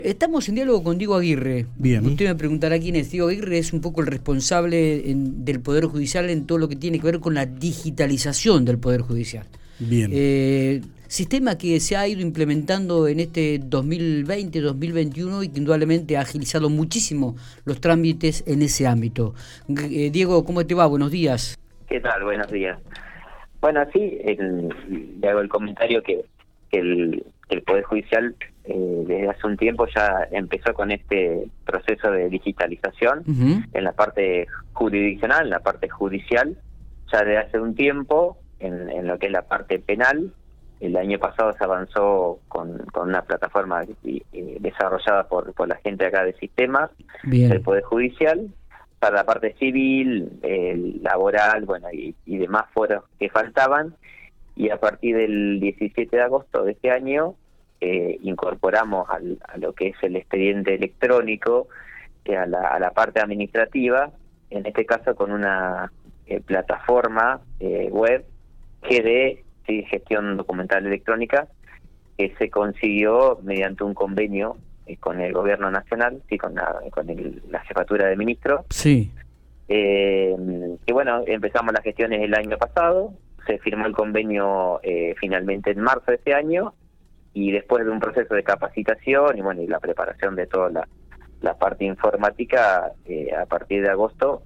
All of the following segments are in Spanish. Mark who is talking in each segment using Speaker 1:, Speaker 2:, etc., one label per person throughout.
Speaker 1: Estamos en diálogo con Diego Aguirre.
Speaker 2: Bien.
Speaker 1: Usted me preguntará quién es. Diego Aguirre es un poco el responsable del Poder Judicial en todo lo que tiene que ver con la digitalización del Poder Judicial.
Speaker 2: Bien.
Speaker 1: Sistema que se ha ido implementando en este 2020-2021 y que indudablemente ha agilizado muchísimo los trámites en ese ámbito. Diego, ¿cómo te va? Buenos días.
Speaker 3: ¿Qué tal? Buenos días. Bueno, sí, le hago el comentario que el Poder Judicial desde hace un tiempo ya empezó con este proceso de digitalización en la parte jurisdiccional, en la parte judicial, ya desde hace un tiempo en lo que es la parte penal. El año pasado se avanzó con una plataforma desarrollada por la gente acá de sistemas del Poder Judicial, para la parte civil, laboral, bueno, y demás foros que faltaban. Y a partir del 17 de agosto de este año incorporamos a lo que es el expediente electrónico, a la parte administrativa, en este caso con una plataforma web GD, ¿sí? Gestión Documental Electrónica, que se consiguió mediante un convenio con el Gobierno Nacional, sí, con la Jefatura de Ministros.
Speaker 1: Sí.
Speaker 3: Que bueno, empezamos las gestiones el año pasado. Se firmó el convenio finalmente en marzo de este año, y después de un proceso de capacitación y bueno, y la preparación de toda la parte informática, a partir de agosto,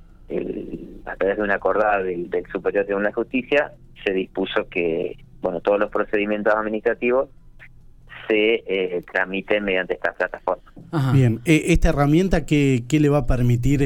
Speaker 3: a través de una acordada del Superior Tribunal de Justicia, se dispuso que bueno, todos los procedimientos administrativos se tramiten mediante esta plataforma.
Speaker 2: Ajá. Bien, ¿esta herramienta qué le va a permitir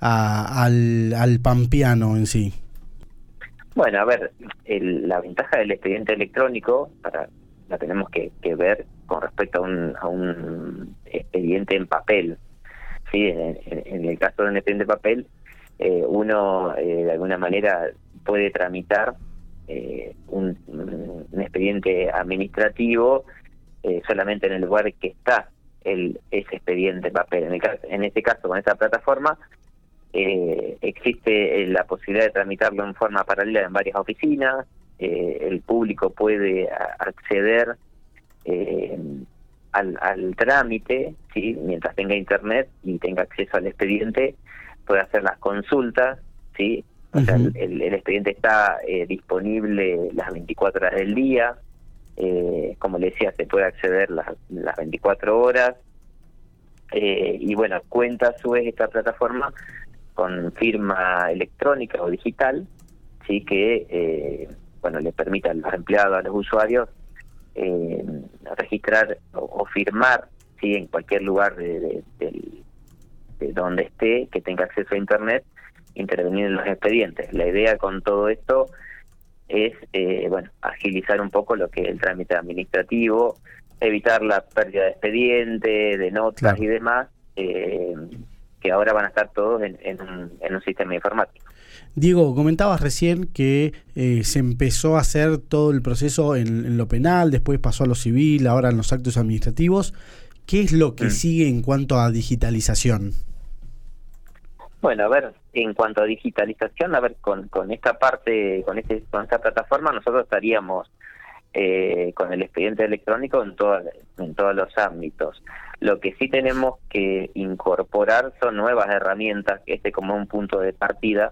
Speaker 2: al pampeano en sí?
Speaker 3: Bueno, a ver, la ventaja del expediente electrónico la tenemos que ver con respecto a un expediente en papel. Sí, en el caso de un expediente en papel, uno de alguna manera puede tramitar un expediente administrativo solamente en el lugar que está ese expediente en papel. En este caso, con esta plataforma, existe la posibilidad de tramitarlo en forma paralela en varias oficinas. El público puede acceder al trámite, ¿sí? Mientras tenga internet y tenga acceso al expediente, puede hacer las consultas, ¿sí? O sea, el expediente está disponible las 24 horas del día. Como le decía, se puede acceder las 24 horas. Y bueno, cuenta a su vez esta plataforma con firma electrónica o digital, sí, que bueno, le permite a los empleados, a los usuarios, registrar o firmar, sí, en cualquier lugar de donde esté, que tenga acceso a internet, intervenir en los expedientes. La idea con todo esto es bueno, agilizar un poco lo que es el trámite administrativo, evitar la pérdida de expediente, de notas y demás, que ahora van a estar todos en un sistema informático.
Speaker 2: Diego, comentabas recién que se empezó a hacer todo el proceso en lo penal, después pasó a lo civil, ahora en los actos administrativos. ¿Qué es lo que sigue en cuanto a digitalización?
Speaker 3: Bueno, a ver, en cuanto a digitalización, a ver, con esta parte, con esta plataforma, nosotros estaríamos con el expediente electrónico en todos los ámbitos. Lo que sí tenemos que incorporar son nuevas herramientas, como un punto de partida,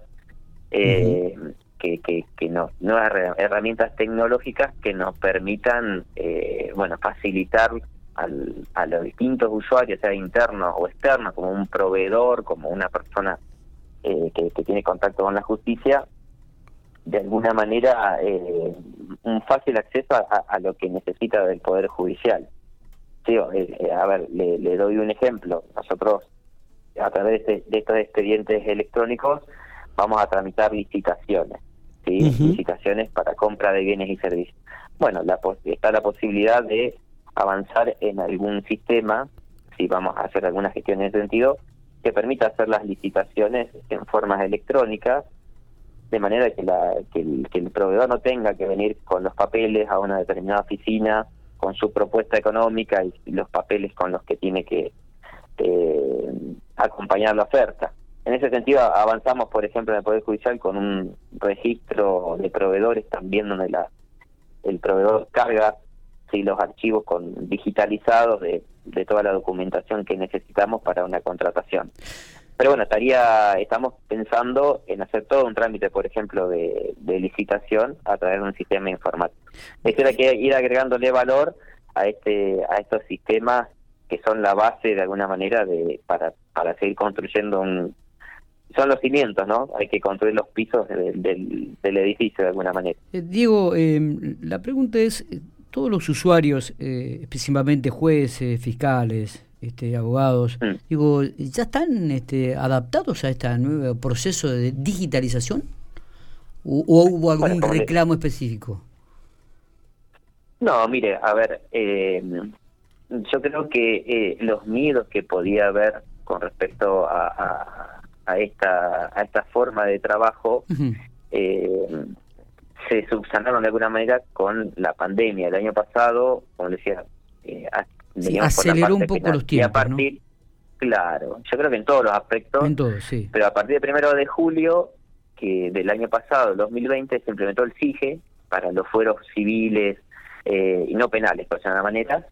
Speaker 3: nuevas herramientas tecnológicas que nos permitan bueno, facilitar a los distintos usuarios, sea internos o externos, como un proveedor, como una persona que tiene contacto con la justicia, de alguna manera un fácil acceso a lo que necesita del Poder Judicial. Sí, a ver, le doy un ejemplo. Nosotros, a través de estos expedientes electrónicos, vamos a tramitar licitaciones, ¿sí? Licitaciones para compra de bienes y servicios. Bueno, está la posibilidad de avanzar en algún sistema, si vamos a hacer alguna gestión en ese sentido, que permita hacer las licitaciones en formas electrónicas, de manera que el proveedor no tenga que venir con los papeles a una determinada oficina con su propuesta económica y los papeles con los que tiene que acompañar la oferta. En ese sentido avanzamos, por ejemplo, en el Poder Judicial con un registro de proveedores también, donde el proveedor carga, sí, los archivos digitalizados de de toda la documentación que necesitamos para una contratación. Pero bueno, estamos pensando en hacer todo un trámite, por ejemplo, de licitación a través de un sistema informático. Esto era que ir agregándole valor a estos sistemas que son la base de alguna manera para seguir construyendo son los cimientos, ¿no? Hay que construir los pisos del edificio de alguna manera.
Speaker 1: Diego, la pregunta es, todos los usuarios, específicamente jueces, fiscales, abogados, digo, ¿ya están adaptados a este nuevo proceso de digitalización? ¿O hubo algún reclamo específico?
Speaker 3: No, mire, a ver, yo creo que los miedos que podía haber con respecto a esta forma de trabajo se subsanaron de alguna manera con la pandemia. El año pasado, como decía,
Speaker 1: aceleró un poco los tiempos, ¿no?
Speaker 3: Claro, yo creo que en todos los aspectos,
Speaker 1: sí.
Speaker 3: Pero a partir del 1 de julio del año pasado, el 2020, se implementó el SIGE para los fueros civiles y no penales, por decirlo de alguna manera,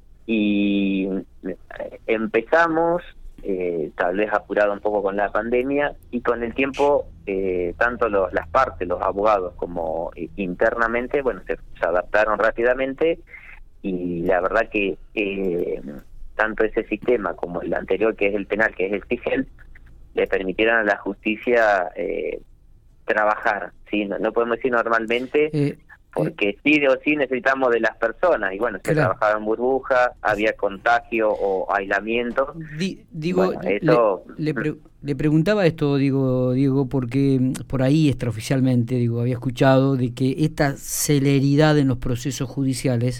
Speaker 3: y empezamos, tal vez apurado un poco con la pandemia, y con el tiempo, tanto las partes, los abogados, como internamente, bueno, se adaptaron rápidamente. Y la verdad que tanto ese sistema como el anterior, que es el penal, que es el SIGEL, le permitieron a la justicia trabajar, ¿sí? No podemos decir normalmente, porque sí o sí necesitamos de las personas, y bueno, se trabajaba en burbuja, había contagio o aislamiento.
Speaker 1: Digo,
Speaker 3: bueno, eso...
Speaker 1: le preguntaba esto, Diego, porque por ahí extraoficialmente, había escuchado de que esta celeridad en los procesos judiciales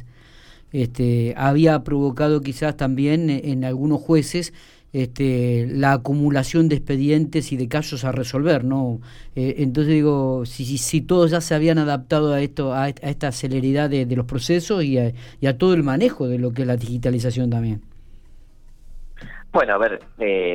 Speaker 1: había provocado quizás también en algunos jueces la acumulación de expedientes y de casos a resolver, ¿no? Entonces si todos ya se habían adaptado a esto, a esta celeridad de los procesos y a todo el manejo de lo que es la digitalización también.
Speaker 3: Bueno, a ver,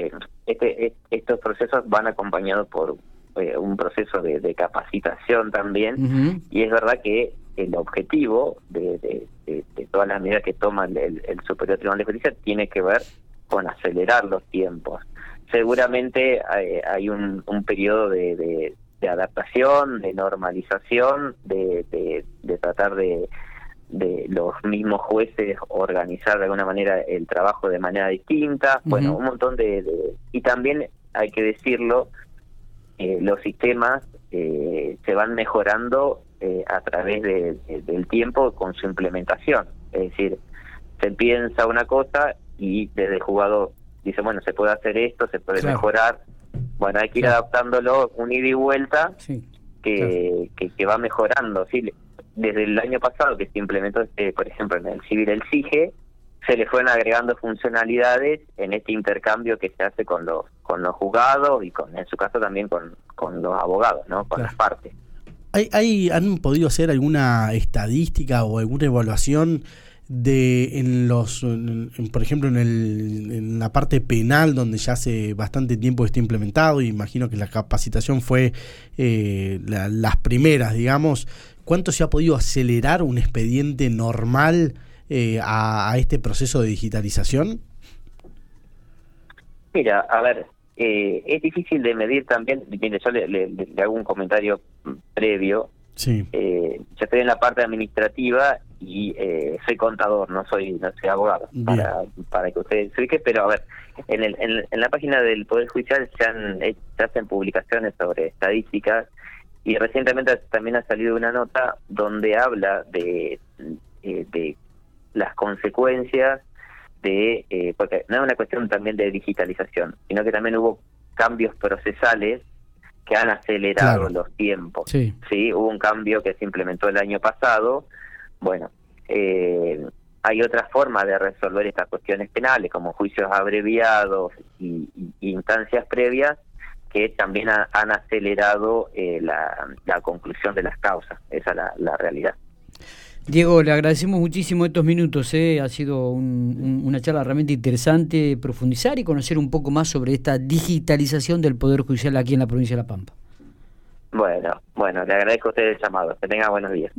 Speaker 3: estos procesos van acompañados por un proceso de capacitación también, y es verdad que el objetivo de todas las medidas que toma el Superior Tribunal de Justicia tiene que ver con acelerar los tiempos. Seguramente hay un periodo de adaptación, de normalización, de tratar de los mismos jueces organizar de alguna manera el trabajo de manera distinta. Bueno, un montón y también hay que decirlo, los sistemas se van mejorando a través del tiempo con su implementación. Es decir, se piensa una cosa y desde el jugador dice, bueno, se puede hacer esto, se puede mejorar. Bueno, hay que ir adaptándolo, un ida y vuelta, que va mejorando. ¿Sí? Desde el año pasado que se implementó, por ejemplo, en el civil el SIGE, se le fueron agregando funcionalidades en este intercambio que se hace con los juzgados y en su caso también con los abogados, ¿no? Con las partes.
Speaker 2: ¿Han podido hacer alguna estadística o alguna evaluación por ejemplo, en la parte penal, donde ya hace bastante tiempo está implementado, y imagino que la capacitación fue las primeras, digamos? ¿Cuánto se ha podido acelerar un expediente normal a este proceso de digitalización?
Speaker 3: Mira, a ver, es difícil de medir también. Mire, yo le hago un comentario previo.
Speaker 2: Sí.
Speaker 3: Yo estoy en la parte administrativa y soy contador, no soy abogado, para que ustedes se ubiquen, pero a ver, en la página del Poder Judicial se hacen publicaciones sobre estadísticas, y recientemente también ha salido una nota donde habla de las consecuencias porque no es una cuestión también de digitalización, sino que también hubo cambios procesales que han acelerado los tiempos. Sí, hubo un cambio que se implementó el año pasado. Bueno, hay otras formas de resolver estas cuestiones penales, como juicios abreviados y instancias previas, que también han acelerado la conclusión de las causas. Esa es la realidad.
Speaker 1: Diego, le agradecemos muchísimo estos minutos. Ha sido una charla realmente interesante, profundizar y conocer un poco más sobre esta digitalización del Poder Judicial aquí en la provincia de La Pampa.
Speaker 3: Bueno, le agradezco a ustedes el llamado. Que tengan buenos días.